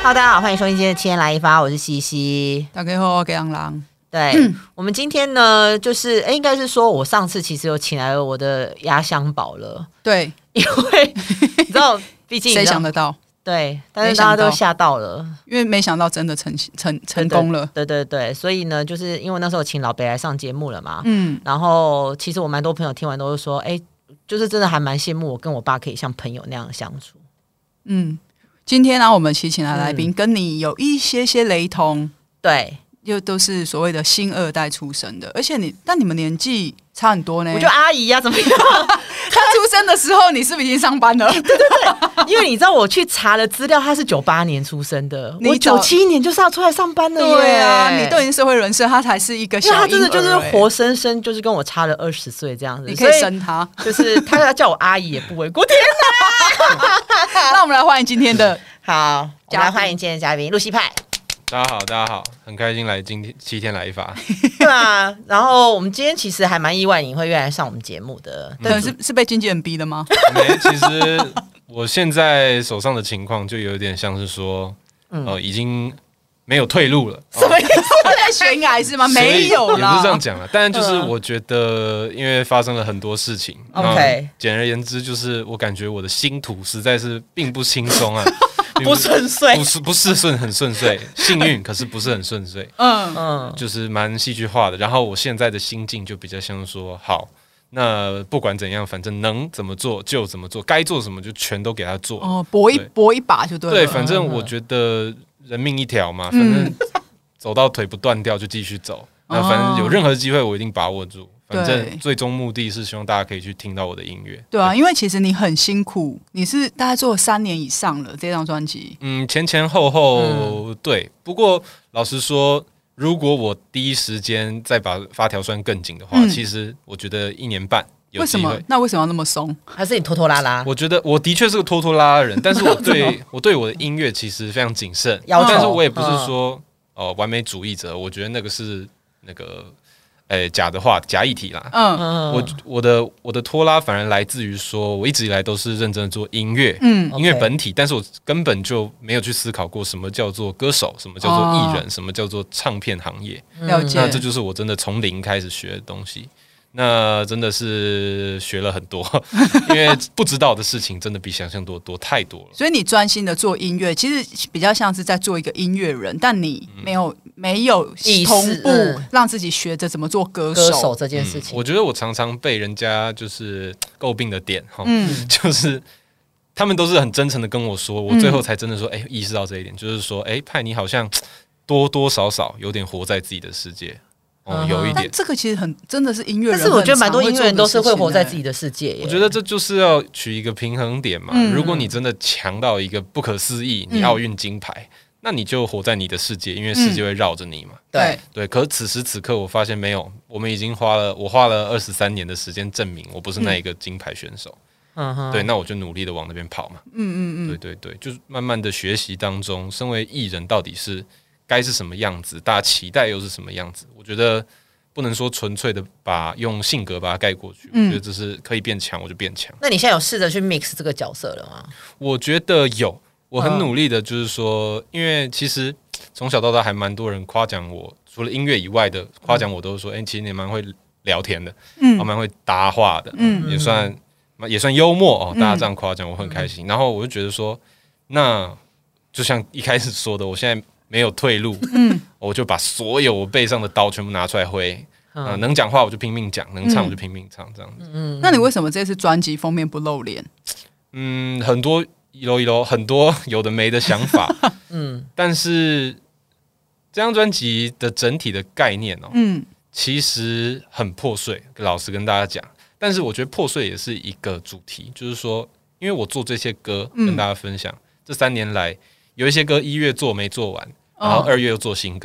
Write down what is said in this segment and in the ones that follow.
大家好，欢迎收听今天的7天来一发，我是西西。 大家好，我是杨郎。 对，我们今天呢，就是应该是说我上次其实有请来了我的压箱宝了。 对， 因为你知道，毕竟谁想得到？ 对，但是大家都吓到了， 因为没想到真的成功了。 对对对，所以呢，就是因为那时候请老北来上节目了嘛， 然后其实我蛮多朋友听完都是说，就是真的还蛮羡慕我跟我爸可以像朋友那样相处。 今天呢，我们请来的来宾跟你有一些雷同， 对， 又都是所谓的新二代出生的，而且但你们年纪差很多呢。 我就阿姨啊，怎么样？ 他出生的时候，你是不是已经上班了？ 对对对，因为你知道我去查了资料，他是98年出生的，我97年就是要出来上班了耶。 对啊，你都已经社会人士，他才是一个小婴儿， 因为他真的就是活生生就是跟我差了20岁这样子。 你可以生他， 就是他要叫我阿姨也不为过。天哪！那我们来欢迎今天的好，我们来欢迎今天的嘉宾露西派。 大家好，大家好，很开心来今天7天来一发。 对啊，然后我们今天其实还蛮意外，你会愿意来上我们节目的。 可能是被经纪人逼的吗？ 没，其实我现在手上的情况就有点像是说，已经没有退路了。 什么意思？ 在悬崖是吗？没有啦， 也不是这样讲了。但就是我觉得，因为发生了很多事情 ，OK， 简而言之，就是我感觉我的星途实在是并不轻松啊。 不顺遂， 不是很顺遂，幸运可是不是很顺遂，就是蛮戏剧化的。然后我现在的心境就比较像说，好，那不管怎样，反正能怎么做就怎么做，该做什么就全都给他做。 搏一把就对了。 对，反正我觉得人命一条嘛，反正走到腿不断掉就继续走。那反正有任何机会我一定把握住。反正最终目的是希望大家可以去听到我的音乐。 对啊，因为其实你很辛苦，你是大概做了3年以上了这张专辑。 前后对。不过老实说，如果我第一时间再把发条拴更紧的话，其实我觉得1年半有机会。 为什么？那为什么要那么松？ 还是你拖拖拉拉？ 我觉得我的确是个拖拖拉拉的人，但是我对我的音乐其实非常谨慎，但是我也不是说完美主义者，我觉得那个是那个。假议题啦。我的拖拉反而来自于说，我一直以来都是认真的做音乐，音乐本体，但是我根本就没有去思考过什么叫做歌手，什么叫做艺人，什么叫做唱片行业。 了解。 那这就是我真的从零开始学的东西。那真的是学了很多，因为不知道的事情真的比想象多太多了。 所以你专心的做音乐，其实比较像是在做一个音乐人，但你没有同步让自己学着怎么做歌手这件事情。 我觉得我常常被人家就是诟病的点，就是他们都是很真诚的跟我说，我最后才真的说，意识到这一点，就是说，派你好像多多少少有点活在自己的世界。有一点， 但这个其实真的是音乐人， 但是我觉得蛮多音乐人都是会活在自己的世界耶。 我觉得这就是要取一个平衡点嘛。如果你真的强到一个不可思议，你奥运金牌，那你就活在你的世界，因为世界会绕着你嘛。对。可是此时此刻，我发现没有，我们已经花了23年的时间证明我不是那一个金牌选手。对，那我就努力的往那边跑嘛。对，就是慢慢的学习当中，身为艺人到底是。该是什么样子，大家期待又是什么样子？我觉得不能说纯粹的用性格把它盖过去。我觉得这是可以变强，我就变强。 那你现在有试着去 mix 这个角色了吗？ 我觉得有，我很努力的，就是说，因为其实从小到大还蛮多人夸奖我，除了音乐以外的夸奖我都是说，其实你蛮会聊天的，蛮会搭话的，也算幽默大家这样夸奖我很开心。然后我就觉得说，那就像一开始说的，我现在。没有退路，我就把所有我背上的刀全部拿出来挥。能讲话我就拼命讲，能唱我就拼命唱，这样子。 那你为什么这次专辑封面不露脸？ 很多很多有的没的想法。但是这张专辑的整体的概念其实很破碎，老实跟大家讲。但是我觉得破碎也是一个主题，就是说，因为我做这些歌跟大家分享，这3年来有一些歌1月做没做完。然后2月又做新歌，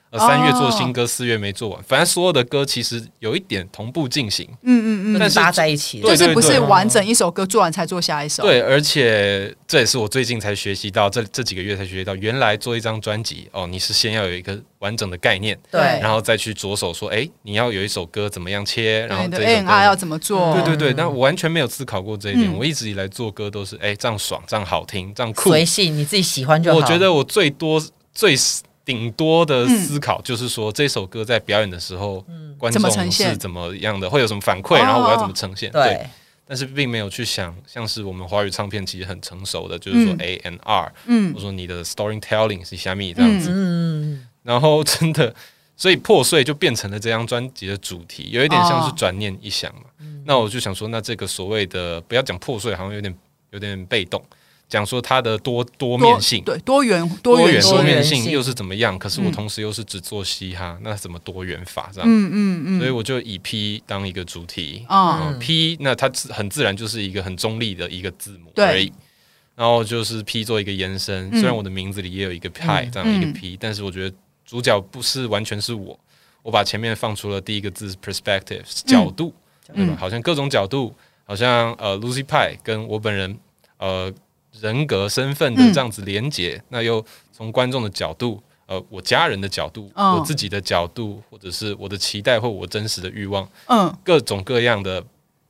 3月做新歌，4月没做完，反正所有的歌其实有一点同步进行， 但是搭在一起， 就是不是完整一首歌做完才做下一首。 对，而且这也是我最近才学习到，这几个月才学习到，原来做一张专辑你是先要有一个完整的概念， 对， 然后再去着手说，你要有一首歌怎么样切，然后这首歌 A&R 要怎么做， 对，但我完全没有思考过这一点，我一直以来做歌都是这样爽，这样好听，这样酷， 随性，你自己喜欢就好。 我觉得我最顶多的思考就是说，这首歌在表演的时候，观众是怎么样的，会有什么反馈，然后我要怎么呈现。对，但是并没有去想，像是我们华语唱片其实很成熟的，就是说 A&R，或者说你的 storytelling 是虾米这样子。然后真的，所以破碎就变成了这张专辑的主题，有一点像是转念一想嘛。那我就想说，那这个所谓的不要讲破碎，好像有点被动。讲说它的多面性， 对多元性又是怎么样？可是我同时又是只做嘻哈，那怎么多元法这样？所以我就以 P 当一个主题，P 那它很自然就是一个很中立的一个字母而已。然后就是 P 做一个延伸，虽然我的名字里也有一个派这样一个 P，但是我觉得主角不是完全是我把前面放出了第一个字 perspective 角度，对吧？好像各种角度，好像Lucy 派跟我本人人格身份的这样子连结，那又从观众的角度，我家人的角度，我自己的角度，或者是我的期待或我真实的欲望，各种各样的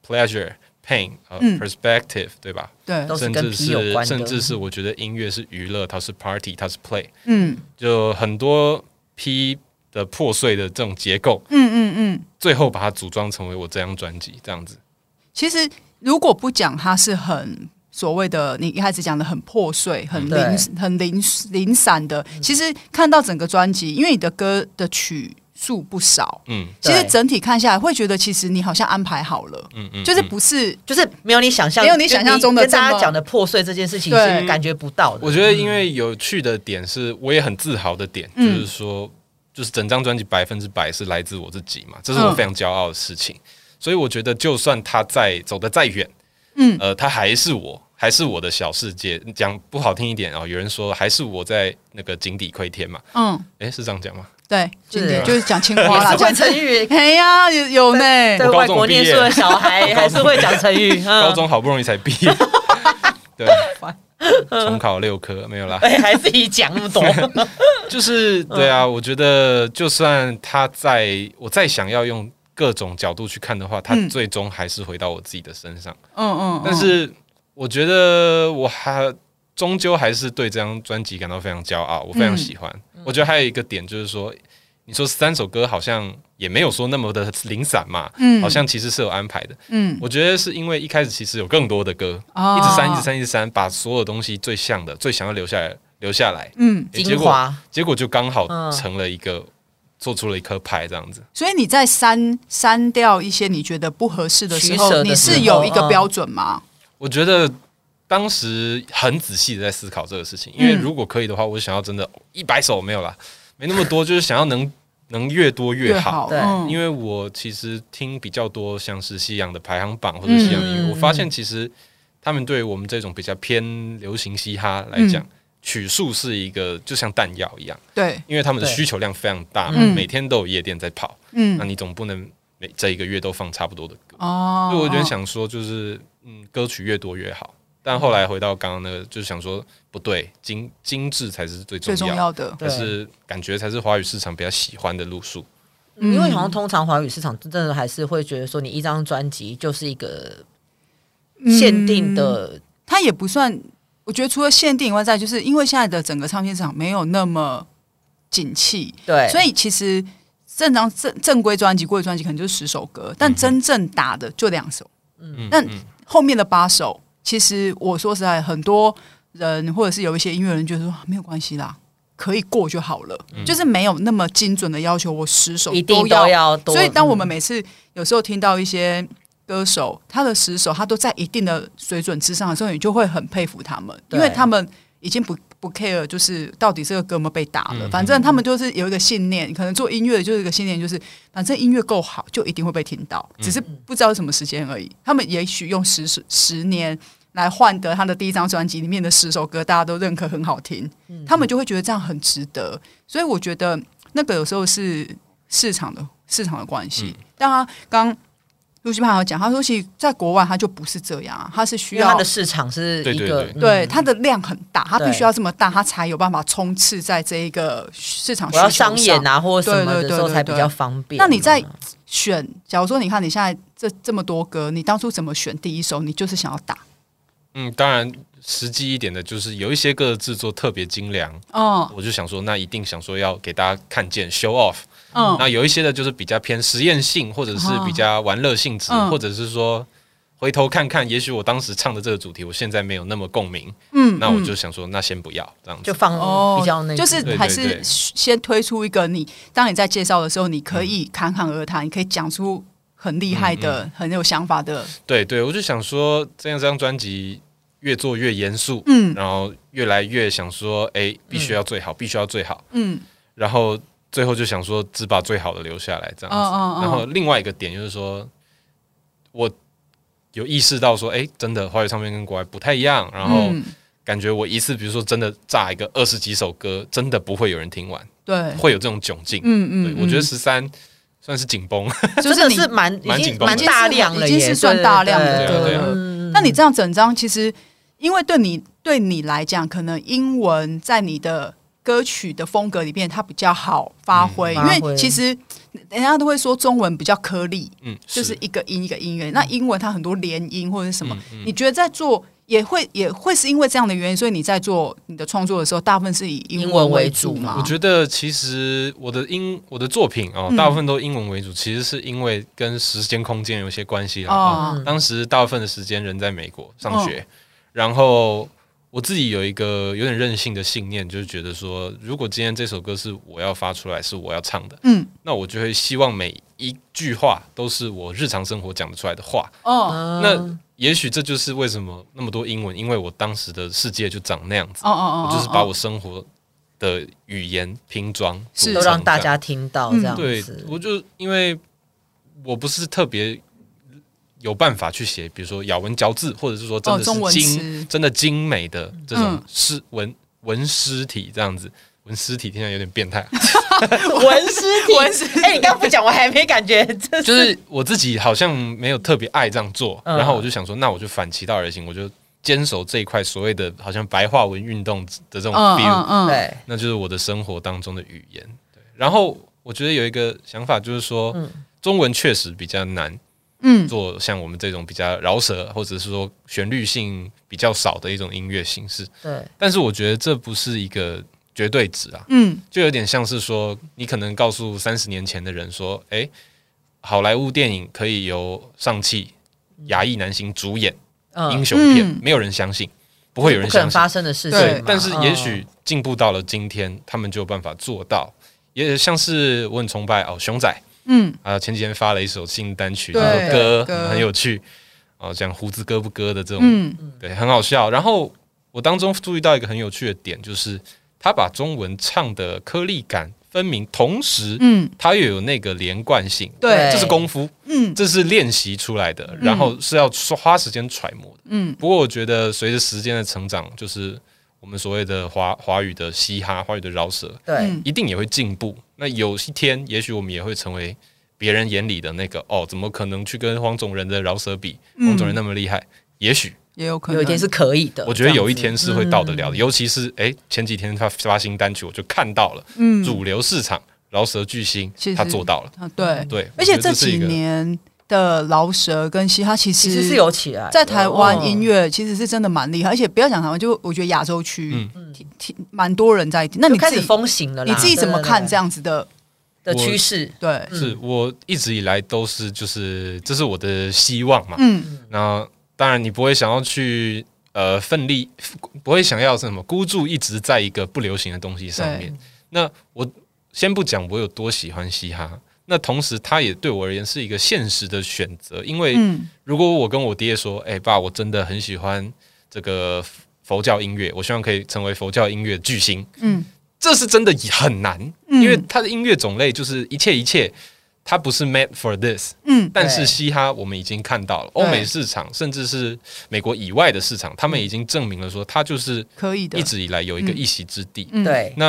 pleasure、pain、perspective， 对吧？ 对，都是跟 P 有关的。 甚至是我觉得音乐是娱乐，它是 party， 它是 play，就很多 P 的破碎的这种结构，最后把它组装成为我这张专辑这样子。 其实如果不讲它是很所谓的你一开始讲的很破碎、很零散的，其实看到整个专辑，因为你的歌的曲数不少，其实整体看下来会觉得，其实你好像安排好了，就是不是， 就是没有你想象中的跟大家讲的破碎这件事情是感觉不到的。 我觉得，因为有趣的点是，我也很自豪的点，就是说，就是整张专辑100%是来自我自己嘛，这是我非常骄傲的事情。所以我觉得，就算他走得再远。他还是我的小世界。讲不好听一点有人说还是我在那个井底窥天嘛。是这样讲吗？ 对，就是讲青蛙啦， 讲成语。 哎呀，有呢， 在外国念书的小孩还是会讲成语。 高中好不容易才毕业，对，重考6科没有啦。 还是你讲那么多， 就是对啊，我觉得就算我再想要用各种角度去看的话，它最终还是回到我自己的身上。但是我觉得我终究还是对这张专辑感到非常骄傲，我非常喜欢。我觉得还有一个点就是说，你说3首歌好像也没有说那么的零散嘛，好像其实是有安排的。我觉得是因为一开始其实有更多的歌，一直删，把所有东西最像的、最想要留下来， 精华， 结果就刚好成了一个。做出了一颗派这样子， 所以你在删掉一些你觉得不合适的时候，你是有一个标准吗？ 我觉得当时很仔细的在思考这个事情，因为如果可以的话，我想要真的100首没有啦，没那么多，就是想要能越多越好。 对， 因为我其实听比较多像是西洋的排行榜或者西洋音乐，我发现其实他们对我们这种比较偏流行嘻哈来讲。曲数是一个就像弹药一样， 对， 因为他们的需求量非常大，每天都有夜店在跑，那你总不能这一个月都放差不多的歌，所以我有点想说，就是歌曲越多越好。但后来回到刚刚那个，就是想说不对，精致才是最重要的，但是感觉才是华语市场比较喜欢的路数。 因为好像通常华语市场真的还是会觉得说，你一张专辑就是一个限定的， 它也不算。我觉得除了限定以外，就是因为现在的整个唱片市场没有那么景气， 对， 所以其实正规专辑、贵专辑可能就是10首歌，但真正打的就2首。但后面的8首，其实我说实在，很多人或者是有一些音乐人觉得说没有关系啦，可以过就好了，就是没有那么精准的要求，我10首一定都要多。 所以当我们每次有时候听到一些歌手他的10首他都在一定的水准之上的时候，你就会很佩服他们，因为他们已经不 care 就是到底这个歌有没有被打了，反正他们就是有一个信念，可能做音乐的就是一个信念，就是反正音乐够好就一定会被听到，只是不知道什么时间而已。他们也许用10年来换得他的第一张专辑里面的10首歌大家都认可很好听，他们就会觉得这样很值得。所以我觉得那个有时候是市场的关系。但他刚陆西潘有讲，他说其实在国外他就不是这样啊，他是需要他的市场是一个对他的量很大，他必须要这么大，他才有办法冲刺在这一个市场需求上，我要商演啊或者什么的时候才比较方便。 那你在选，假如说你看你现在这么多歌，你当初怎么选第一首？你就是想要打？ 当然实际一点的就是有一些歌的制作特别精良，我就想说那一定想说要给大家看见 show off。那有一些的就是比较偏实验性，或者是比较玩乐性质，或者是说回头看看，也许我当时唱的这个主题，我现在没有那么共鸣，那我就想说，那先不要这样子， 就放比较那个， 就是还是先推出一个当你在介绍的时候，你可以侃侃而谈，你可以讲出很厉害的、很有想法的。 对，我就想说，这张专辑越做越严肃，然后越来越想说，必须要最好，必须要最好，然后。最后就想说，只把最好的留下来这样子。然后另外一个点就是说，我有意识到说，真的华语唱片跟国外不太一样。然后感觉我一次，比如说真的炸一个20几首歌，真的不会有人听完， 对， 会有这种窘境。对，我觉得13算是紧绷， 真的是蛮紧绷， 蛮大量了， 已经是算大量的歌了。那你这样整张，其实因为对你来讲，可能英文在你的歌曲的风格里面它比较好发挥，因为其实人家都会说中文比较颗粒，就是一个音一个音乐。那英文它很多连音或者是什么，你觉得在做也会是因为这样的原因，所以你在做你的创作的时候，大部分是以英文为主吗？ 我觉得其实我的作品大部分都英文为主，其实是因为跟时间空间有些关系啦。当时大部分的时间人在美国上学，然后。我自己有一个有点任性的信念，就是觉得说，如果今天这首歌是我要发出来，是我要唱的，那我就会希望每一句话都是我日常生活讲得出来的话。那也许这就是为什么那么多英文，因为我当时的世界就长那样子。我就是把我生活的语言拼装， 都让大家听到这样子。 对，我就因为我不是特别。有办法去写，比如说咬文嚼字，或者是说真的是真的精美的这种文诗体这样子，文诗体听起来有点变态。 文诗体，你刚不讲，我还没感觉。 就是我自己好像没有特别爱这样做，然后我就想说，那我就反其道而行，我就坚守这一块所谓的好像白话文运动的这种 feel， 对， 那就是我的生活当中的语言。对，然后我觉得有一个想法就是说，中文确实比较难。做像我们这种比较饶舌，或者是说旋律性比较少的一种音乐形式， 对。 但是我觉得这不是一个绝对值啊，就有点像是说，你可能告诉30年前的人说，好莱坞电影可以由上汽亚裔男星主演英雄片，没有人相信，不会有人相信，不可能发生的事情。 对，但是也许进步到了今天，他们就有办法做到。也像是我很崇拜熊仔。前几天发了一首新单曲，歌很有趣，讲胡子割不割的这种，对，很好笑。然后我当中注意到一个很有趣的点，就是他把中文唱的颗粒感分明，同时，他又有那个连贯性， 对， 这是功夫，这是练习出来的，然后是要花时间揣摩的，不过我觉得随着时间的成长，就是我们所谓的华语的嘻哈、华语的饶舌， 对， 一定也会进步。那有一天，也许我们也会成为别人眼里的那个怎么可能去跟黄种人的饶舌比？黄种人那么厉害，也许也有可能有一天是可以的。 我觉得有一天是会到得了的，尤其是前几天他发新单曲，我就看到了，主流市场饶舌巨星他做到了，对， 而且这几年的饶舌跟嘻哈其实是有起来， 在台湾音乐其实是真的蛮厉害，而且不要讲台湾，就我觉得亚洲区蛮多人在听。那你开始风行了啦， 你自己怎么看这样子的趋势？ 对， 是我一直以来都是就是这是我的希望嘛。那当然你不会想要去奋力，不会想要什么孤注一掷在一个不流行的东西上面。那我先不讲我有多喜欢嘻哈。那同时，它也对我而言是一个现实的选择，因为如果我跟我爹说：“爸，我真的很喜欢这个佛教音乐，我希望可以成为佛教音乐巨星。”这是真的很难，因为它的音乐种类就是一切，它不是 made for this。但是嘻哈我们已经看到了，欧美市场甚至是美国以外的市场，他们已经证明了说，它就是可以的， 一直以来有一个一席之地。 对， 那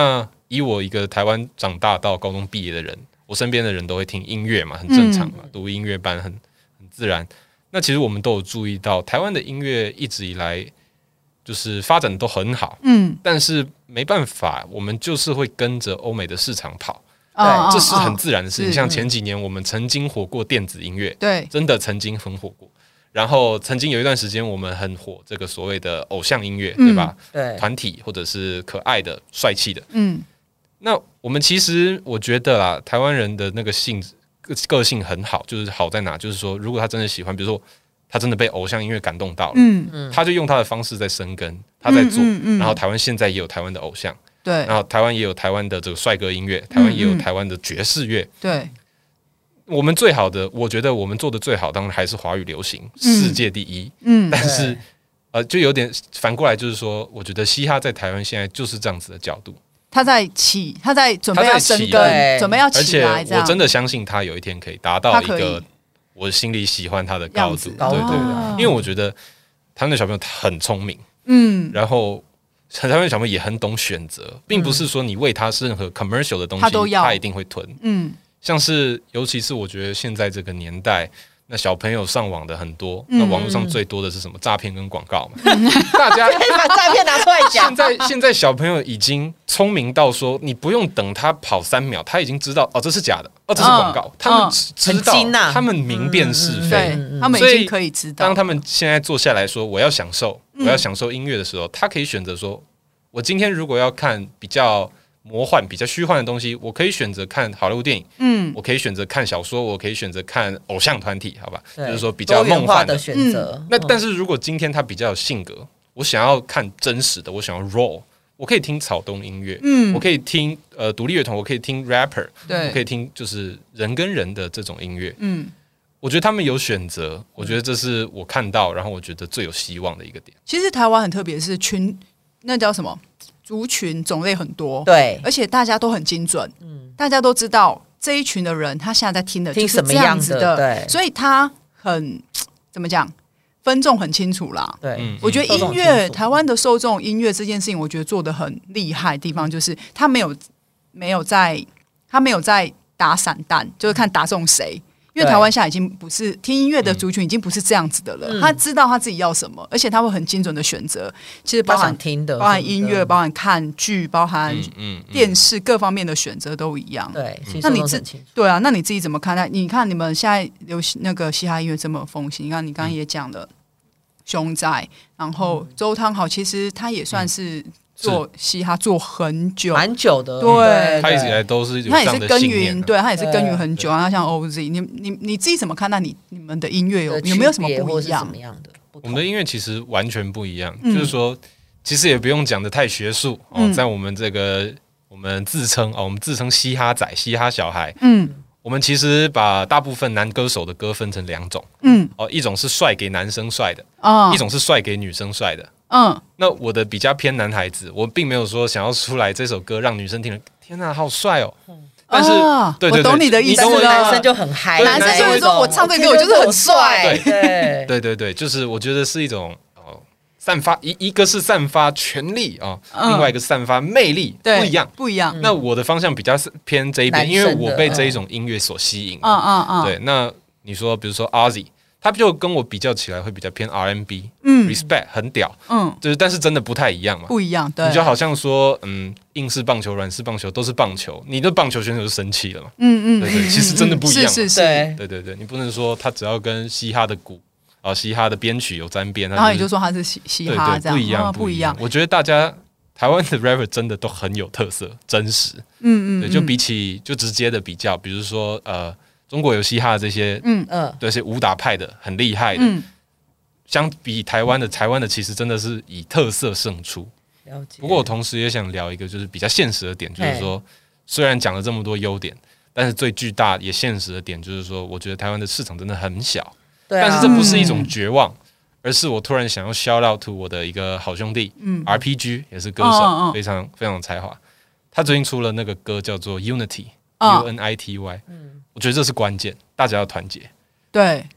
以我一个台湾长大到高中毕业的人，我身边的人都会听音乐嘛，很正常嘛，读音乐班很自然。那其实我们都有注意到，台湾的音乐一直以来就是发展都很好，但是没办法，我们就是会跟着欧美的市场跑，这是很自然的事情。像前几年我们曾经火过电子音乐， 对， 真的曾经很火过。然后曾经有一段时间，我们很火这个所谓的偶像音乐，对吧？ 对， 团体或者是可爱的、帅气的。那我们其实我觉得啦，台湾人的那个个性很好，就是好在哪？就是说，如果他真的喜欢，比如说他真的被偶像音乐感动到了，他就用他的方式在生根，他在做。然后台湾现在也有台湾的偶像， 对， 然后台湾也有台湾的这个帅哥音乐，台湾也有台湾的爵士乐， 对。 我们最好的，我觉得我们做的最好，当然还是华语流行，世界第一。但是就有点反过来，就是说，我觉得嘻哈在台湾现在就是这样子的角度， 他在准备要生根，准备要起来， 而且我真的相信他有一天可以达到一个我心里喜欢他的高度。对，因为我觉得台湾的小朋友很聪明，然后台湾的小朋友也很懂选择，并不是说你喂他任何 commercial 的东西，他一定会吞。像是尤其是我觉得现在这个年代，那小朋友上网的很多，那网络上最多的是什么？诈骗跟广告嘛。大家可以把诈骗拿出来讲。 现在小朋友已经聪明到说，你不用等他跑3秒，他已经知道这是假的，这是广告。他们知道，他们明辨是非， 他们已经可以知道。 当他们现在坐下来说我要享受音乐的时候，他可以选择说，我今天如果要看比较魔幻、比较虚幻的东西，我可以选择看好莱坞电影，我可以选择看小说，我可以选择看偶像团体，好吧，就是说比较梦幻的选择。 那但是如果今天他比较有性格，我想要看真实的，我想要 raw， 我可以听草东音乐，我可以听独立乐团，我可以听 rapper， 我可以听就是人跟人的这种音乐，我觉得他们有选择，我觉得这是我看到，然后我觉得最有希望的一个点。 其实台湾很特别，是那叫什么？族群种类很多， 对， 而且大家都很精准，大家都知道这一群的人他现在在听的就是这样子的， 对， 所以他很怎么讲，分众很清楚啦。 对， 我觉得音乐台湾的受众音乐这件事情，我觉得做得很厉害的地方就是他没有在打散弹，就是看打中谁。因为台湾现在已经不是听音乐的族群，已经不是这样子的了。他知道他自己要什么，而且他会很精准的选择。其实包含音乐、包含看剧、包含电视各方面的选择都一样。 对， 那你那你自己怎么看待？你看你们现在流行那个嘻哈音乐这么风行，你看你刚刚也讲了熊仔，然后周汤豪，其实他也算是做嘻哈做很久， 蛮久的， 对， 他一直以来都是有他也是耕耘，对他也是耕耘很久。然后像 OZ， 你自己怎么看待你们的音乐有没有什么不一样？ 我们的音乐其实完全不一样，就是说，其实也不用讲得太学术在我们这个我们自称嘻哈仔、嘻哈小孩，我们其实把大部分男歌手的歌分成2种，一种是帅给男生帅的，一种是帅给女生帅的。那我的比较偏男孩子，我并没有说想要出来这首歌让女生听了，天哪，好帅哦！但是，对， 我懂你的意思了， 男生就很嗨， 男生就会说我唱这个歌我就是很帅， 对，就是我觉得是一种散发一个是散发权力另外一个是散发魅力，不一样。那我的方向比较偏这一边，因为我被这一种音乐所吸引。对，那你说，比如说 OZ。他就跟我比较起来会比较偏 R&B，respect 很屌，就是但是真的不太一样嘛， 不一样，对， 你就好像说，硬式棒球、软式棒球都是棒球，你的棒球选手就生气了嘛，对，其实真的不一样， 是， 对，你不能说他只要跟嘻哈的鼓嘻哈的编曲有沾边， 然后你就说他是嘻哈，这样不一样。我觉得大家台湾的 rapper 真的都很有特色，真实，对，就比起就直接的比较，比如说中国有嘻哈的这些，对，是武打派的，很厉害的。相比台湾的其实真的是以特色胜出。 了解。 不过我同时也想聊一个就是比较现实的点，就是说，虽然讲了这么多优点，但是最巨大也现实的点就是说，我觉得台湾的市场真的很小。但是这不是一种绝望，而是我突然想要 shout out to 我的一个好兄弟，RPG 也是歌手，非常非常有才华。他最近出了那个歌叫做 Unity，UNITY。我觉得这是关键，大家要团结。 对，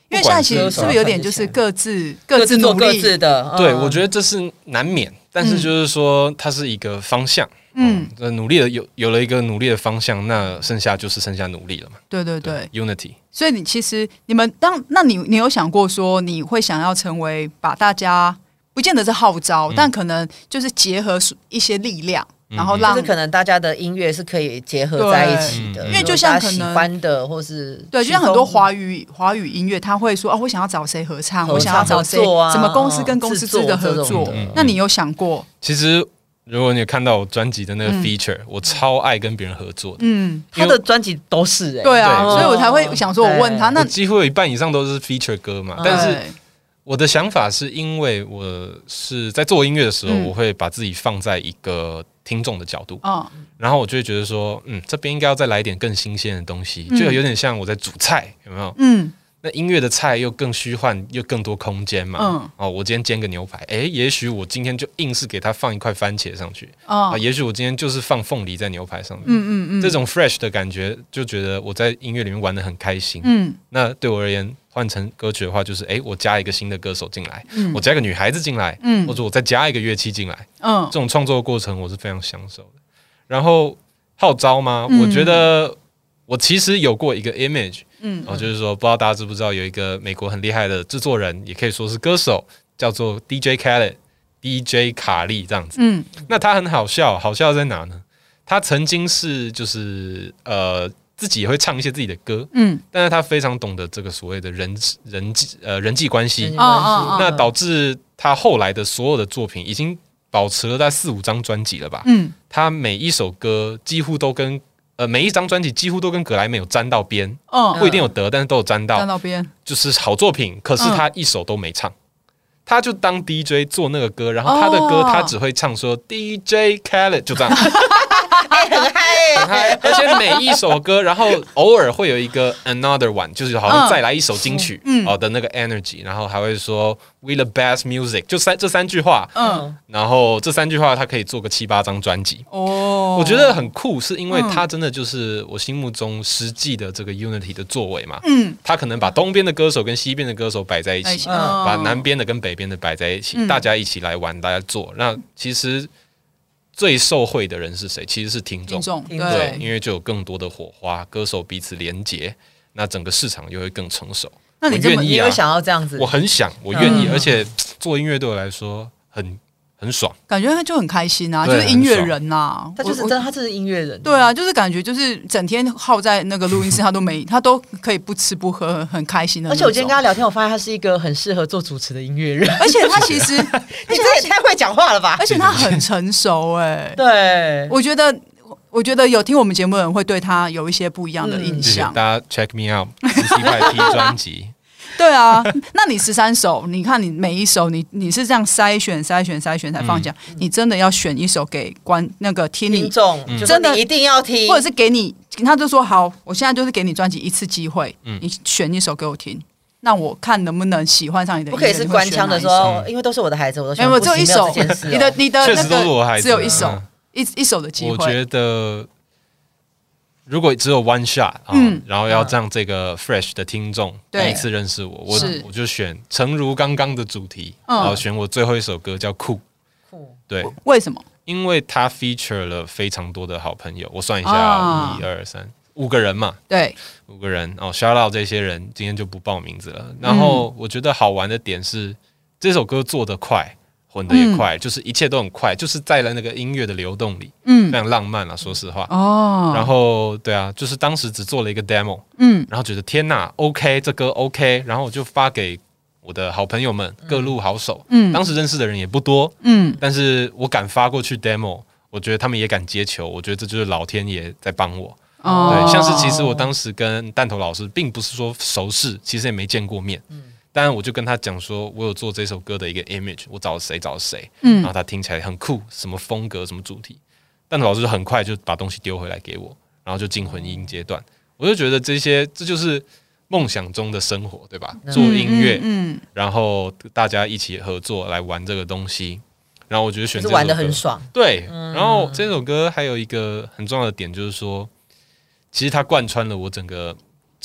因为现在其实是不是有点就是各自做努力各自的？ 对，我觉得这是难免，但是就是说它是一个方向。努力的有了一个努力的方向，那剩下努力了嘛？ 对 ，Unity。 所以你们那你有想过说你会想要成为把大家不见得是号召，但可能就是结合一些力量，然后让就是可能大家的音乐是可以结合在一起的， 因为就像可能喜欢的或是对，就像很多华语音乐，他会说我想要找谁合唱，我想要找谁什么公司跟公司之间的合作。那你有想过？ 其实。如果你有看到我专辑的那个 feature，我超爱跟别人合作的。 他的专辑都是对啊，所以我才会想说，我问他，那几乎有一半以上都是 feature 歌嘛。但是我的想法是因为我是在做音乐的时候，我会把自己放在一个听众的角度，然后我就会觉得说，这边应该要再来一点更新鲜的东西，就有点像我在煮菜，有没有？那音乐的菜又更虚幻，又更多空间嘛。我今天煎个牛排，也许我今天就硬是给它放一块番茄上去。也许我今天就是放凤梨在牛排上面。这种 fresh 的感觉，就觉得我在音乐里面玩得很开心。那对我而言，换成歌曲的话，就是我加一个新的歌手进来，我加一个女孩子进来，或者我再加一个乐器进来。这种创作的过程我是非常享受的。然后号召吗？我觉得我其实有过一个 image。就是说，不知道大家知不知道，有一个美国很厉害的制作人，也可以说是歌手，叫做 DJ Khaled，DJ 卡利这样子。那他很好笑，好笑在哪呢？他曾经是就是自己也会唱一些自己的歌，但是他非常懂得这个所谓的人际关系，那导致他后来的所有的作品已经保持了在4-5张专辑了吧？他每一首歌几乎都跟每一张专辑几乎都跟格莱美有沾到边，不一定有得，但是都有沾到边， 就是好作品。可是他一首都没唱，他就当 DJ 做那个歌，然后他的歌他只会唱说 DJ Khaled 就这样。 很嗨， 而且每一首歌，然后偶尔会有一个 another one， 就是好像再来一首金曲的那个 energy， 然后还会说 we the best music， 就这三句话，然后这3句话他可以做个7-8张专辑。我觉得很酷，是因为他真的就是我心目中实际的这个 Unity 的作为嘛。他可能把东边的歌手跟西边的歌手摆在一起，把南边的跟北边的摆在一起，大家一起来玩，大家做。那其实最受惠的人是谁？其实是听众，对，因为就有更多的火花，歌手彼此连结，那整个市场又会更成熟。 那你愿意会想要这样子？ 我很想，我愿意，而且做音乐对我来说很爽， 感觉他就很开心啊，就是音乐人呐， 他就是真的，他就是音乐人。 对啊，就是感觉就是整天耗在那个录音室，他都可以不吃不喝，很开心的。 而且我今天跟他聊天，我发现他是一个很适合做主持的音乐人， 而且他其实，你这也太会讲话了吧？ 而且他很成熟对， 我觉得有听我们节目的人会对他有一些不一样的印象。 大家 check me out， CCYT 专辑。 对啊，那你13首，你看你每一首，你是这样筛选才放下，你真的要选一首给那个听众，真的一定要听， 或者是给你，他就说好，我现在就是给你专辑一次机会，你选一首给我听，那我看能不能喜欢上你的音乐。 不可以是官腔的说，因为都是我的孩子，我都喜欢。 只有一首，你的确实都是我孩子， 只有一首，一首的机会。 我觉得。如果只有 one shot 然后要让这个 fresh 的听众第一次认识我，我就选诚如刚刚的主题，然后选我最后一首歌叫酷。对， 为什么？ 因为他 feature 了非常多的好朋友，我算一下，1、2、3， 5个人嘛， 对 ，5个人shout out 这些人，今天就不报名字了。然后我觉得好玩的点是，这首歌做得快。混的也快，就是一切都很快，就是在那个音乐的流动里，非常浪漫啊，说实话。然后对啊，就是当时只做了一个 demo，然后觉得天哪 ，OK， 这歌 OK， 然后我就发给我的好朋友们，各路好手，当时认识的人也不多，但是我敢发过去 demo， 我觉得他们也敢接球，我觉得这就是老天爷在帮我。对，像是其实我当时跟弹头老师并不是说熟识，其实也没见过面。当然，我就跟他讲说，我有做这首歌的一个 image， 我找谁，然后他听起来很酷，什么风格，什么主题。但老师就很快就把东西丢回来给我，然后就进混音阶段。我就觉得这就是梦想中的生活，对吧？做音乐，然后大家一起合作来玩这个东西。然后我觉得选这首歌玩得很爽， 对。然后这首歌还有一个很重要的点就是说，其实它贯穿了我整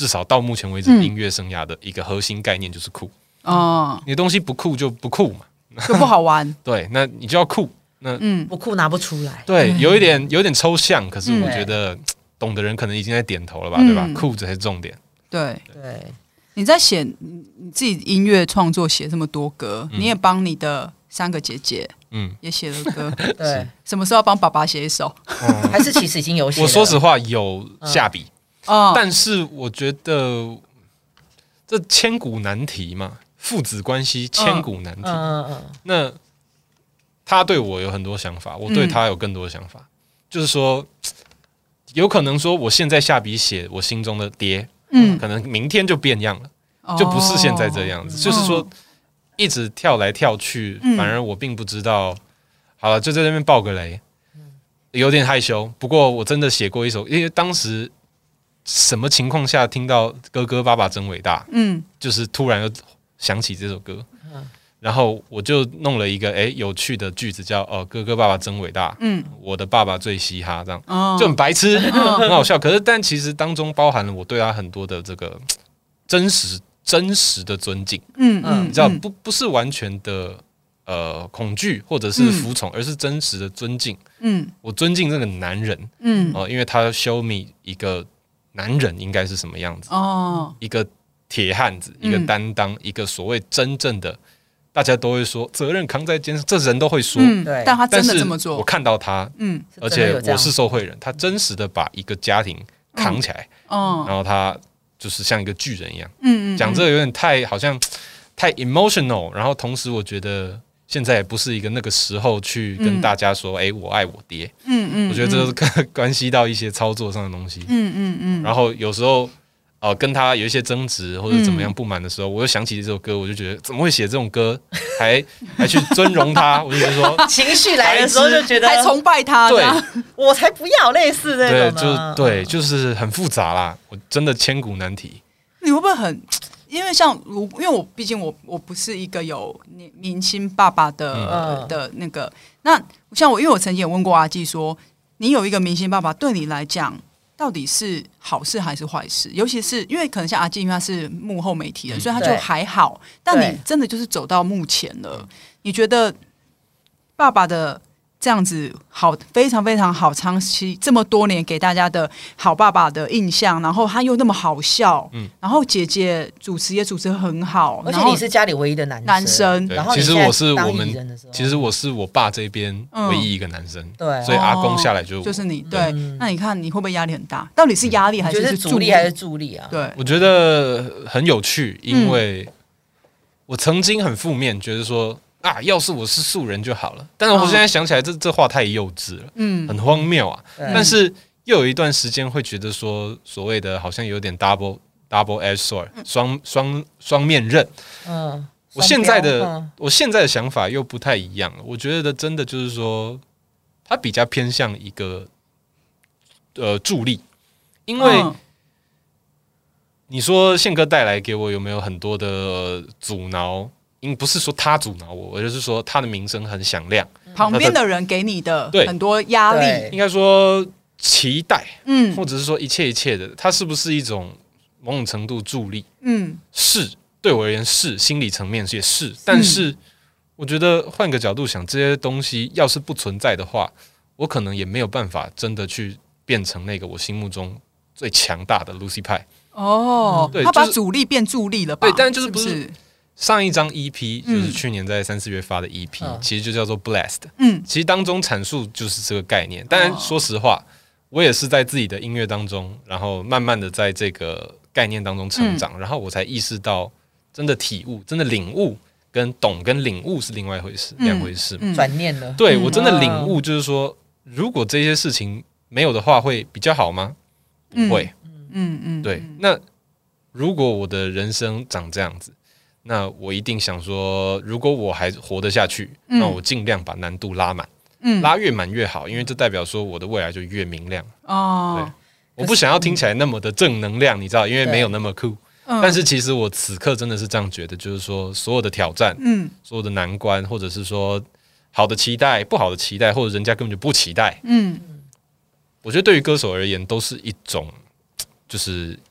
至少到目前为止音乐生涯的一个核心概念就是酷。你的东西不酷就不酷嘛， 就不好玩。 对，那你就要酷，那不酷拿不出来。 对，有一点抽象，可是我觉得懂的人可能已经在点头了吧，对吧？酷才是重点。 对，你在写你自己音乐创作，写这么多歌，你也帮你的3个姐姐，也写了歌。 对， 什么时候要帮爸爸写一首？ 还是其实已经有写了？ 我说实话有下笔，但是我觉得这千古难题嘛，父子关系千古难题。那他对我有很多想法，我对他有更多的想法，就是说，有可能说我现在下笔写我心中的爹，可能明天就变样了，就不是现在这样子。就是说，一直跳来跳去，反而我并不知道。好了，就在这边爆个雷，有点害羞。不过我真的写过一首，因为当时什么情况下听到《哥哥爸爸真伟大》，就是突然又想起这首歌。然后我就弄了一个有趣的句子，叫哥哥爸爸真伟大，我的爸爸最嘻哈，这样就很白痴，很好笑。可是但其实当中包含了我对他很多的这个真实的尊敬，你知道不是完全的恐惧或者是服从，而是真实的尊敬。我尊敬这个男人，因为他 show me 一个男人应该是什么样子，一个铁汉子，一个担当，一个所谓真正的。大家都会说责任扛在肩上，这人都会说， 但他真的这么做。 我看到他，而且我是受惠人，他真实的把一个家庭扛起来，然后他就是像一个巨人一样。讲这个有点好像太 emotional， 然后同时我觉得现在也不是一个那个时候去跟大家说，我爱我爹。我觉得这是关系到一些操作上的东西。然后有时候。跟他有一些争执或者怎么样不满的时候，我又想起这首歌，我就觉得怎么会写这种歌，还去尊荣他，我就觉得说情绪来的时候就觉得还崇拜他， 对， 我才不要类似这种，对，就是很复杂啦，我真的千古难题。 你会不会很？因为因为我毕竟我不是一个有明星爸爸的那个，那像因为我曾经也问过阿纪说，你有一个明星爸爸对你来讲。到底是好事还是坏事？尤其是因为可能像阿纪，因为他是幕后媒体人，所以他就还好。但你真的就是走到幕前了，你觉得爸爸的这样子好，非常非常好，长期这么多年给大家的好爸爸的印象，然后他又那么好笑，然后姐姐主持也主持很好， 而且你是家里唯一的男生，然后其实我是我爸这边唯一一个男生，对，所以阿公下来就是你，对。那你看你会不会压力很大？到底是压力还是阻力还是助力啊？ 对， 我觉得很有趣，因为我曾经很负面，觉得说。要是我是素人就好了。但是我现在想起来，这话太幼稚了，很荒谬啊。但是又有一段时间会觉得说，所谓的好像有点 double edge sword， 双面刃。我现在的想法又不太一样了。我觉得真的就是说，它比较偏向一个助力，因为你说宪哥带来给我有没有很多的阻挠？不是说他阻挠我，而是说他的名声很响亮， 旁边的人给你的很多压力， 应该说期待，或者是说一切的，它是不是一种某种程度助力？是，对我而言是，心理层面也是，但是我觉得换个角度想，这些东西要是不存在的话，我可能也没有办法真的去变成那个我心目中最强大的 Lucy 派。 对，他把阻力变助力了吧？ 对，但就是不是。上一张 EP 就是去年在3、4月发的 EP，其实就叫做 Blessed。其实当中阐述就是这个概念。当然，说实话，我也是在自己的音乐当中，然后慢慢的在这个概念当中成长，然后我才意识到，真的体悟、真的领悟，跟懂跟领悟是另外一回事，两回事。 转念了， 对我真的领悟，就是说，如果这些事情没有的话，会比较好吗？不会。对。那如果我的人生长这样子。那我一定想说，如果我还活得下去，那我尽量把难度拉满，拉越满越好，因为这代表说我的未来就越明亮。对，我不想要听起来那么的正能量，你知道，因为没有那么酷。但是其实我此刻真的是这样觉得，就是说所有的挑战，所有的难关，或者是说好的期待、不好的期待，或者人家根本就不期待，我觉得对于歌手而言，都是一种就是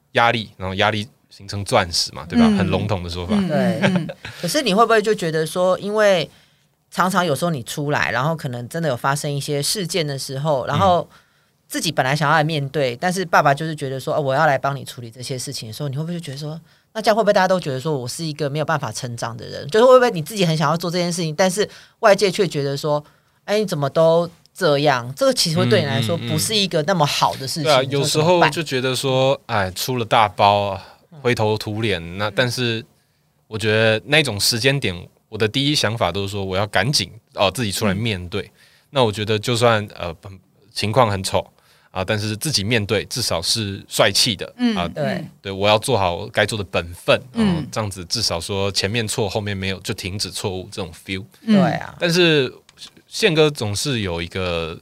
压力，然后压力形成钻石嘛，对吧？很笼统的说法。 对，可是你会不会就觉得说，因为常常有时候你出来，然后可能真的有发生一些事件的时候，然后自己本来想要来面对，但是爸爸就是觉得说，我要来帮你处理这些事情的时候，你会不会就觉得说，那这样会不会大家都觉得说我是一个没有办法成长的人？就是会不会你自己很想要做这件事情，但是外界却觉得说，你怎么都这样？这个其实会对你来说不是一个那么好的事情。 对啊，有时候就觉得说，出了大包啊，灰头土脸。那但是我觉得那种时间点，我的第一想法都是说，我要赶紧自己出来面对。那我觉得就算情况很丑啊，但是自己面对至少是帅气的对，我要做好该做的本分，这样子至少说前面错后面没有就停止错误这种 feel。 对啊， 但是宪哥总是有一个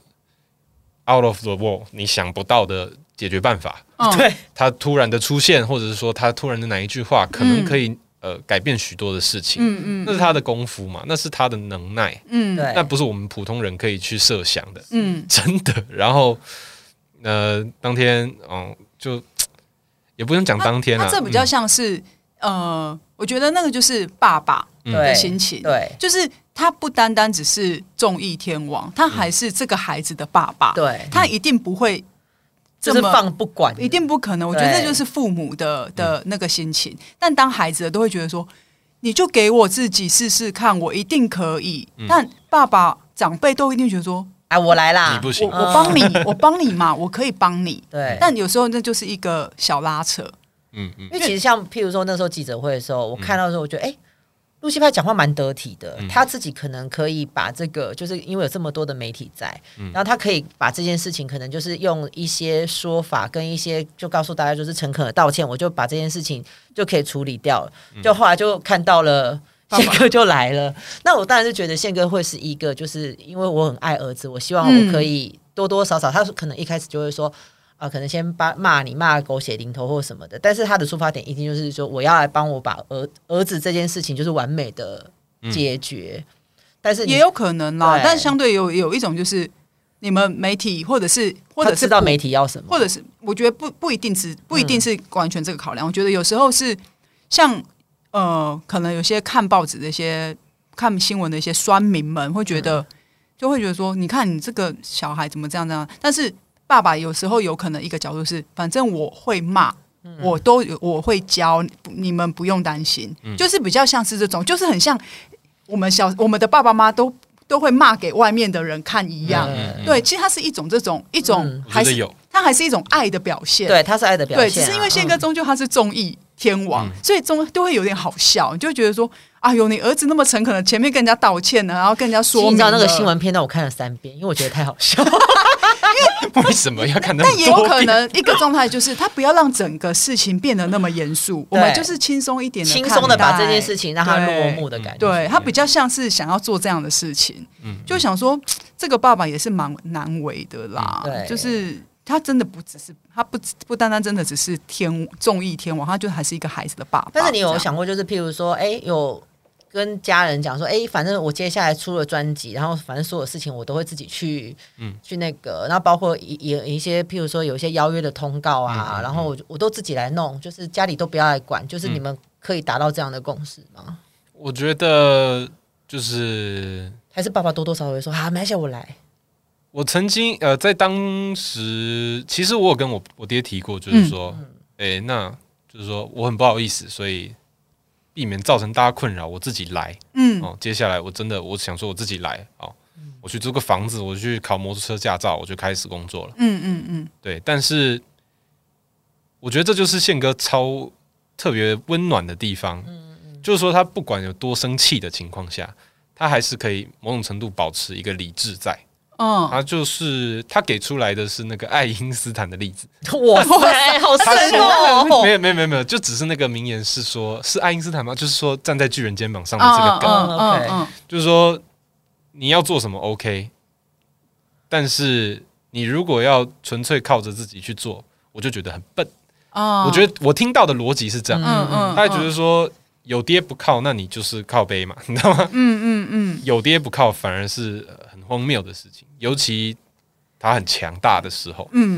out of the wall 你想不到的解决办法。 对， 他突然的出现，或者是说他突然的哪一句话，可能可以改变许多的事情。那是他的功夫嘛，那是他的能耐。那不是我们普通人可以去设想的。真的。然后当天就也不用讲当天他这比较像是我觉得那个就是爸爸的心情。 对， 就是他不单单只是综艺天王，他还是这个孩子的爸爸。 对， 他一定不会就是放不管， 一定不可能。我觉得这就是父母的那个心情。但当孩子的都会觉得说，你就给我自己试试看，我一定可以。但爸爸长辈都一定觉得说， 我来啦， 你不行， 我帮你，我帮你嘛，我可以帮你。 对， 但有时候那就是一个小拉扯。 因为其实像譬如说那时候记者会的时候，我看到的时候，我觉得路西派讲话蛮得体的，他自己可能可以把这个，就是因为有这么多的媒体在，然后他可以把这件事情可能就是用一些说法跟一些就告诉大家就是诚恳的道歉，我就把这件事情就可以处理掉了。就后来就看到了宪哥就来了，那我当然是觉得宪哥会是一个，就是因为我很爱儿子，我希望我可以多多少少，他可能一开始就会说。可能先骂你骂狗血淋头或什么的，但是他的出发点一定就是说，我要来帮我把儿子这件事情就是完美的解决。但是也有可能啦，但相对有一种就是你们媒体或者是知道媒体要什么， 或者是我觉得不一定是完全这个考量。我觉得有时候是像可能有些看报纸的一些看新闻的一些酸民们会觉得，就会觉得说，你看你这个小孩怎么这样，但是。爸爸有时候有可能一个角度是，反正我会骂，我会教，你们不用担心，就是比较像是这种，就是很像我们的爸爸妈妈都会骂给外面的人看一样。对，其实它是一种还是它还是一种爱的表现。 对，它是爱的表现。 对，只是因为宪哥终究他是综艺天王，所以都会有点好笑，你就会觉得说，哎呦，你儿子那么诚恳的，前面跟人家道歉了，然后跟人家说明了。 你知道那个新闻片段我看了3遍，因为我觉得太好笑。 为什么要看那么多遍？ 但也有可能一个状态就是他不要让整个事情变得那么严肃，我们就是轻松一点的， 轻松的把这件事情让它落幕的感觉。 对，他比较像是想要做这样的事情，就想说这个爸爸也是蛮难为的啦。就是他真的不只是他不单单真的只是综艺天王，他就还是一个孩子的爸爸。 但是你有想过，就是譬如说，有跟家人讲说，反正我接下来出了专辑，然后反正所有事情我都会自己去那个，然后包括一些譬如说有一些邀约的通告啊，然后我都自己来弄，就是家里都不要来管，就是你们可以达到这样的共识吗？ 我觉得就是还是爸爸多多少少会说，没关系，我来。 我曾经在当时，其实我有跟我爹提过，就是说，那就是说我很不好意思，所以避免造成大家困扰，我自己来。接下来我想说我自己来，我去租个房子，我去考摩托车驾照，我就开始工作了。对，但是我觉得这就是宪哥特别温暖的地方，就是说他不管有多生气的情况下，他还是可以某种程度保持一个理智在。他就是他给出来的是那个爱因斯坦的例子。 哇塞，好深哦！ 没有，就只是那个名言是说，是爱因斯坦吗？就是说站在巨人肩膀上的这个梗，就是说你要做什么 OK， 但是你如果要纯粹靠着自己去做，我就觉得很笨。我觉得我听到的逻辑是这样，他还觉得说有爹不靠，那你就是靠背嘛，你知道吗？有爹不靠反而是很荒谬的事情，尤其他很强大的时候。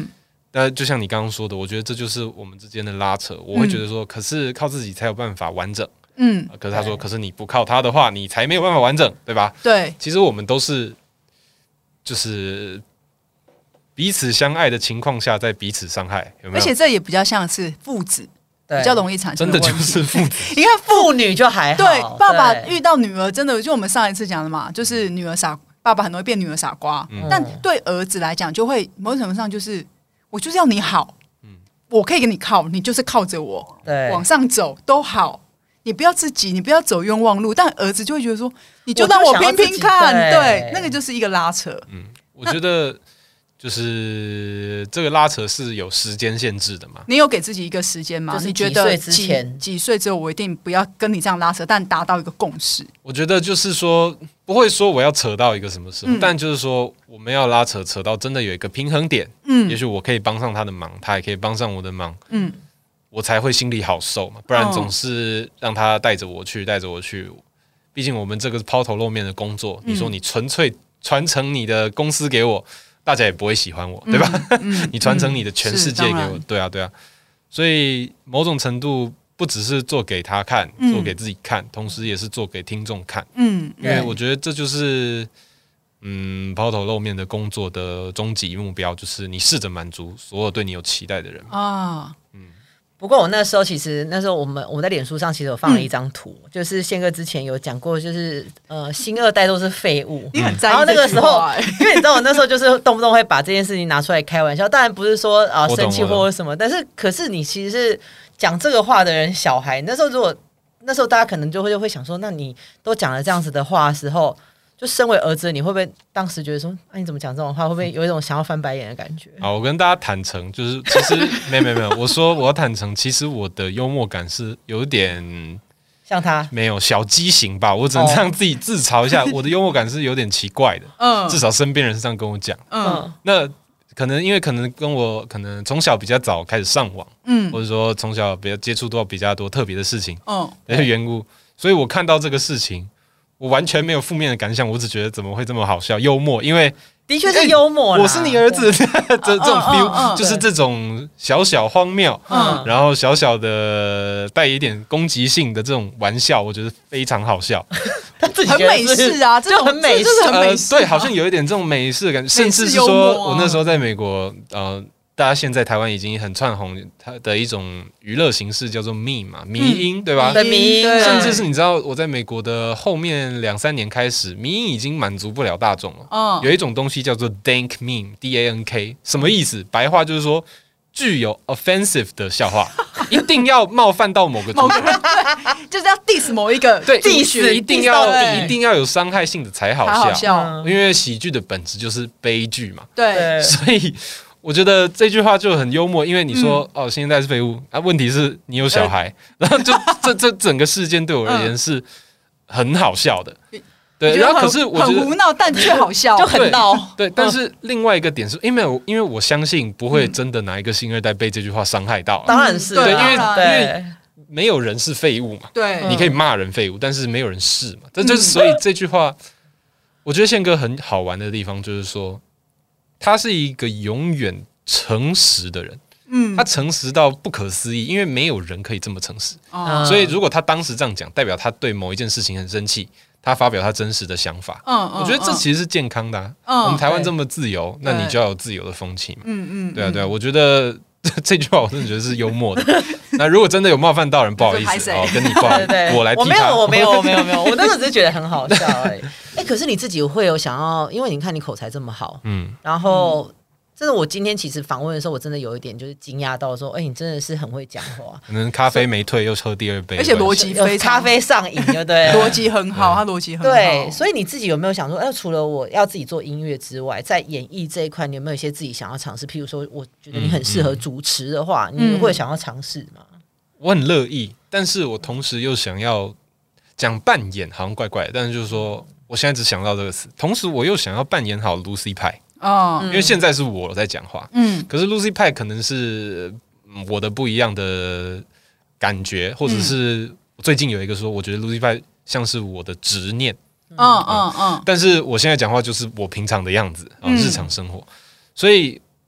但就像你刚刚说的，我觉得这就是我们之间的拉扯。我会觉得说，可是靠自己才有办法完整。可是他说，可是你不靠他的话，你才没有办法完整，对吧？ 对， 其实我们都是就是彼此相爱的情况下，在彼此伤害，有没有？ 而且这也比较像是父子。比较容易产生真的就是父子。 你看父女就还好， 对，爸爸遇到女儿，真的就我们上一次讲的嘛，就是女儿爸爸很容易变女儿傻瓜。但对儿子来讲，就会某种程度上就是我就是要你好，我可以给你靠，你就是靠着我，往上走都好，你不要自己，你不要走冤枉路。但儿子就会觉得说，你就让我拼拼看，对，那个就是一个拉扯。 我觉得。就是这个拉扯是有时间限制的嘛？ 你有给自己一个时间吗？你觉得几岁之后我一定不要跟你这样拉扯，但达到一个共识？ 我觉得就是说，不会说我要扯到一个什么时候，但就是说我们要拉扯到真的有一个平衡点。也许我可以帮上他的忙，他也可以帮上我的忙。我才会心里好受嘛，不然总是让他带着我去。毕竟我们这个是抛头露面的工作，你说你纯粹传承你的公司给我。大家也不会喜欢我，对吧？你传承你的全世界给我，对啊。所以某种程度不只是做给他看，做给自己看，同时也是做给听众看。因为我觉得这就是抛头露面的工作的终极目标，就是你试着满足所有对你有期待的人啊。 不过我那时候我在脸书上其实有放了一张图，就是宪哥之前有讲过，就是新二代都是废物。 你很在意然后那个时候，因为你知道我那时候就是动不动会把这件事情拿出来开玩笑，当然不是说生气或者什么，但是可是你其实是讲这个话的人，小孩那时候大家可能就会想说，那你都讲了这样子的话的时候。就身为儿子，你会不会当时觉得说，你怎么讲这种话？会不会有一种想要翻白眼的感觉？ 好，我跟大家坦诚，就是其实没有，我说我要坦诚，其实我的幽默感是有点像他没有小畸形吧，我只能这样自己自嘲一下，我的幽默感是有点奇怪的，至少身边人是这样跟我讲，那可能跟我可能从小比较早开始上网，或者说从小比较接触到比较多特别的事情，那些缘故，所以我看到这个事情。我完全没有负面的感想，我只觉得怎么会这么好笑、幽默？因为的确是幽默啦， 我是你儿子，这种 feel 就是这种小小荒谬，然后小小的带一点攻击性的这种玩笑，我觉得非常好笑。 很美式啊，这种很美式， 就是很美式。 对，好像有一点这种美式的感觉，甚至是说我那时候在美国，大家现在台湾已经很窜红，它的一种娱乐形式叫做 meme 嘛，迷因，对吧？ 迷因， 甚至是你知道我在美国的后面2-3年开始，迷因已经满足不了大众了。有一种东西叫做 dank meme， D-A-N-K， 什么意思？白话就是说具有 offensive 的笑话，一定要冒犯到某个族群， 就是要 diss 某一个， 对 diss 一定要有伤害性的才好笑，因为喜剧的本质就是悲剧嘛。 对， 所以。我觉得这句话就很幽默，因为你说现在是废物啊，问题是你有小孩，然后就这整个事件对我而言是很好笑的，对。然后可是我觉得很胡闹，但却好笑， 就很闹。 对，但是另外一个点是因为我相信不会真的哪一个新二代被这句话伤害到， 当然是对，因为没有人是废物嘛， 对， 你可以骂人废物，但是没有人是嘛，这就是所以这句话，我觉得宪哥很好玩的地方就是说。他是一个永远诚实的人，他诚实到不可思议，因为没有人可以这么诚实，所以如果他当时这样讲，代表他对某一件事情很生气，他发表他真实的想法，我觉得这其实是健康的我们台湾这么自由，那你就要有自由的风气嘛，对啊，我觉得这句话我真的觉得是幽默的。那如果真的有冒犯到人，不好意思跟你不好意思，我来替他。 我没有，我那时候只是觉得很好笑而已。可是你自己会有想要，因为你看你口才这么好，然后真的，我今天其实访问的时候，我真的有一点就是惊讶到说，你真的是很会讲话。 可能咖啡没退，又喝第2杯， 而且逻辑非常， 咖啡上瘾，对不对？ 逻辑很好，他逻辑很好。 对，所以你自己有没有想说，除了我要自己做音乐之外，在演艺这一块，你有没有一些自己想要尝试？譬如说，我觉得你很适合主持的话，你会想要尝试吗？ 我很乐意，但是我同时又想要讲扮演，好像怪怪的，但是就是说，我现在只想到这个词，同时我又想要扮演好 Lucy 派。因为现在是我在讲话，可是 Lucy 派可能是我的不一样的感觉，或者是最近有一个说，我觉得 Lucy 派像是我的执念，但是我现在讲话就是我平常的样子日常生活，所以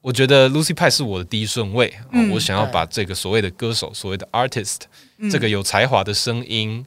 我觉得 Lucy 派是我的第一顺位，我想要把这个所谓的歌手，所谓的 artist，这个有才华的声音，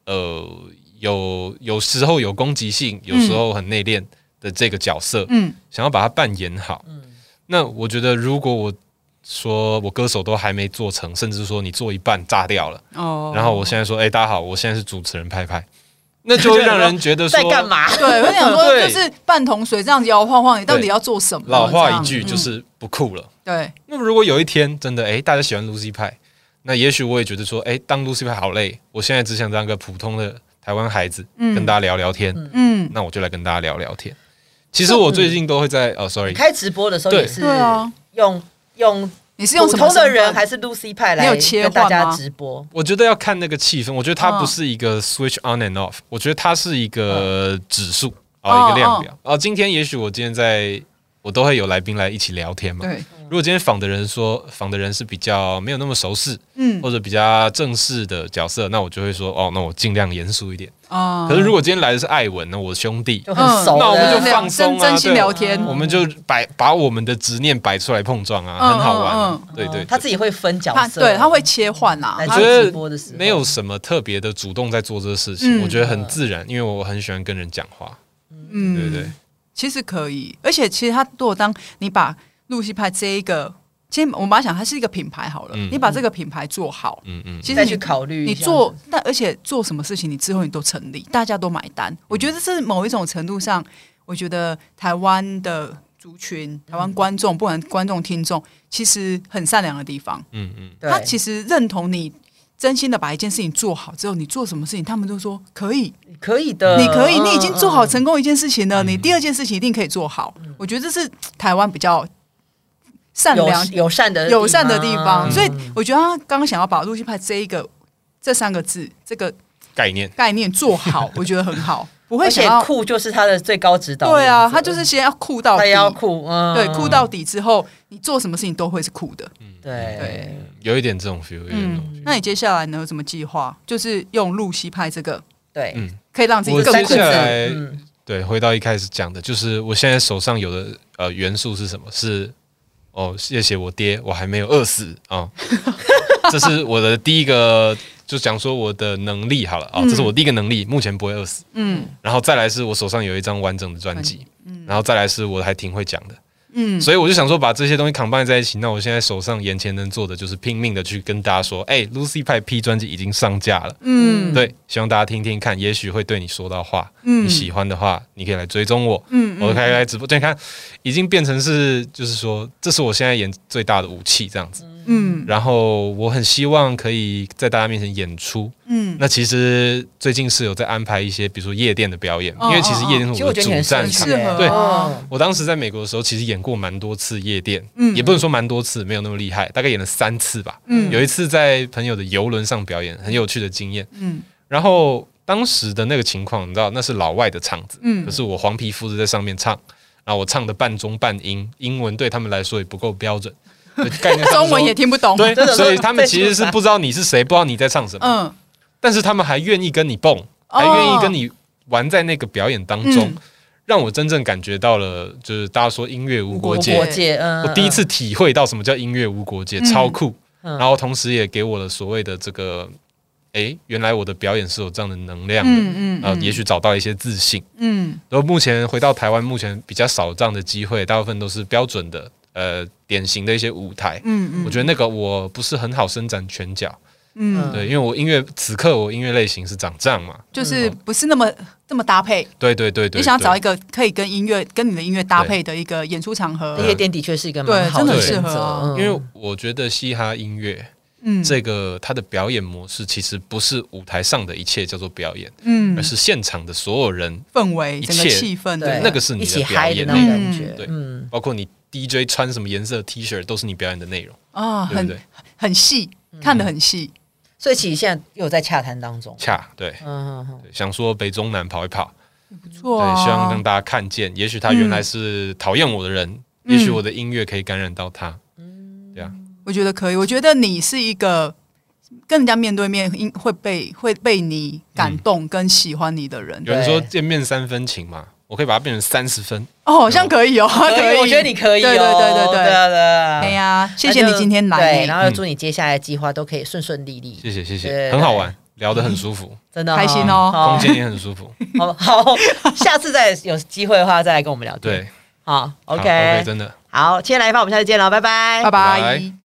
有时候有攻击性，有时候很内敛的这个角色，想要把它扮演好。那我觉得，如果我说我歌手都还没做成，甚至说你做一半炸掉了，然后我现在说，大家好，我现在是主持人派派。那就会让人觉得说在干嘛？ 对，我想说就是半桶水这样子摇晃晃，你到底要做什么？ 老话一句就是不酷了。 对。 那么如果有一天真的大家喜欢 Lucy 派，那也许我也觉得说当 Lucy 派好累，我现在只想当个普通的台湾孩子，跟大家聊聊天。那我就来跟大家聊聊天。其实我最近都会在sorry， 开直播的时候也是用。 你是用普通的人还是 Lucy 派来跟大家直播？ 我觉得要看那个气氛。我觉得它不是一个 switch on and off， 我觉得它是一个指数一个量表。今天也许我都会有来宾来一起聊天嘛。 对。 如果今天访的人是比较没有那么熟识，或者比较正式的角色，那我就会说那我尽量严肃一点。可是如果今天来的是艾文，那我兄弟就很熟， 那我们就放松真心聊天， 我们就把我们的执念摆出来碰撞很好玩。对， 他自己会分角色， 对，他会切换啊。 我觉得没有什么特别的主动在做这个事情，我觉得很自然，因为我很喜欢跟人讲话。对， 其实可以，而且其实他如果当你把露西派这一个，其实我们把它想它是一个品牌好了，你把这个品牌做好，其实再去考虑你做，但而且做什么事情你之后你都成立，大家都买单。我觉得这是某一种程度上，我觉得台湾的族群、台湾观众，不管观众听众，其实很善良的地方。他其实认同你。真心的把一件事情做好之后，你做什么事情，他们都说可以的， 你可以，你已经做好成功一件事情了，你第二件事情一定可以做好。我觉得这是台湾比较善良、 友善的地方，所以我觉得他刚刚想要把露西派这3个字这个概念做好，我觉得很好。不会想要， 而且酷就是他的最高指导。 对啊，他就是先要酷到底， 他要酷， 对，酷到底之后，你做什么事情都会是酷的。 对， 有一点这种 feel。 那你接下来呢有什么计划？就是用露西派这个， 对， 可以让自己更酷。 接下来，对，回到一开始讲的，就是我现在手上有的元素是什么？是谢谢我爹，我还没有饿死啊。这是我的第一个。就讲说我的能力好了这是我第一个能力，目前不会饿死。然后再来是我手上有一张完整的专辑，然后再来是我还挺会讲的。所以我就想说把这些东西 combine 在一起，那我现在手上眼前能做的就是拼命的去跟大家说，Lucy 派 P 专辑已经上架了。对，希望大家听听看，也许会对你说到话。你喜欢的话，你可以来追踪我。我可以来直播。你看，已经变成是，就是说，这是我现在演最大的武器，这样子。然后我很希望可以在大家面前演出。那其实最近是有在安排一些，比如说夜店的表演，因为其实夜店是我的主战场。对，我当时在美国的时候，其实演过蛮多次夜店，也不能说蛮多次，没有那么厉害，大概演了3次吧。有一次在朋友的游轮上表演，很有趣的经验。然后当时的那个情况，你知道那是老外的场子，可是我黄皮肤在上面唱，然后我唱的半中半英，英文对他们来说也不够标准。 中文也听不懂， 对，所以他们其实是不知道你是谁，不知道你在唱什么。但是他们还愿意跟你蹦，还愿意跟你玩在那个表演当中，让我真正感觉到了，就是大家说音乐无国界。我第一次体会到什么叫音乐无国界，超酷。然后同时也给我了所谓的这个，原来我的表演是有这样的能量的。也许找到一些自信。然后目前回到台湾，目前比较少这样的机会，大部分都是标准的。典型的一些舞台，我觉得那个我不是很好伸展拳脚，对，因为我此刻我音乐类型是长这样嘛， 就是不是那么搭配， 对， 你想找一个可以跟你的音乐搭配的一个演出场合， 夜店的确是一个蛮好的选择， 因为我觉得嘻哈音乐。这个它的表演模式其实不是舞台上的一切叫做表演，而是现场的所有人氛围、整个气氛， 对， 那个是你的表演那种感觉， 对，包括你 DJ 穿什么颜色的 T 恤都是你表演的内容对不对？ 很细，看得很细， 所以其实现在又在洽谈当中， 对，想说北中南跑一跑， 不错， 对，希望让大家看见，也许他原来是讨厌我的人，也许我的音乐可以感染到他，对啊。 我觉得可以，我觉得你是一个跟人家面对面会被你感动跟喜欢你的人。 有人说见面3分情嘛， 我可以把它变成30分。 哦，好像可以哦， 可以，我觉得你可以哦。 对啊。 哎呀，谢谢你今天来， 对，然后祝你接下来的计划都可以顺顺利利。 谢谢，很好玩，聊得很舒服， 真的开心哦， 空间也很舒服。 好，下次再有机会的话再来跟我们聊天。 对， 好，OK， 真的好，今天来一发，我们下次见了，拜拜， 拜拜。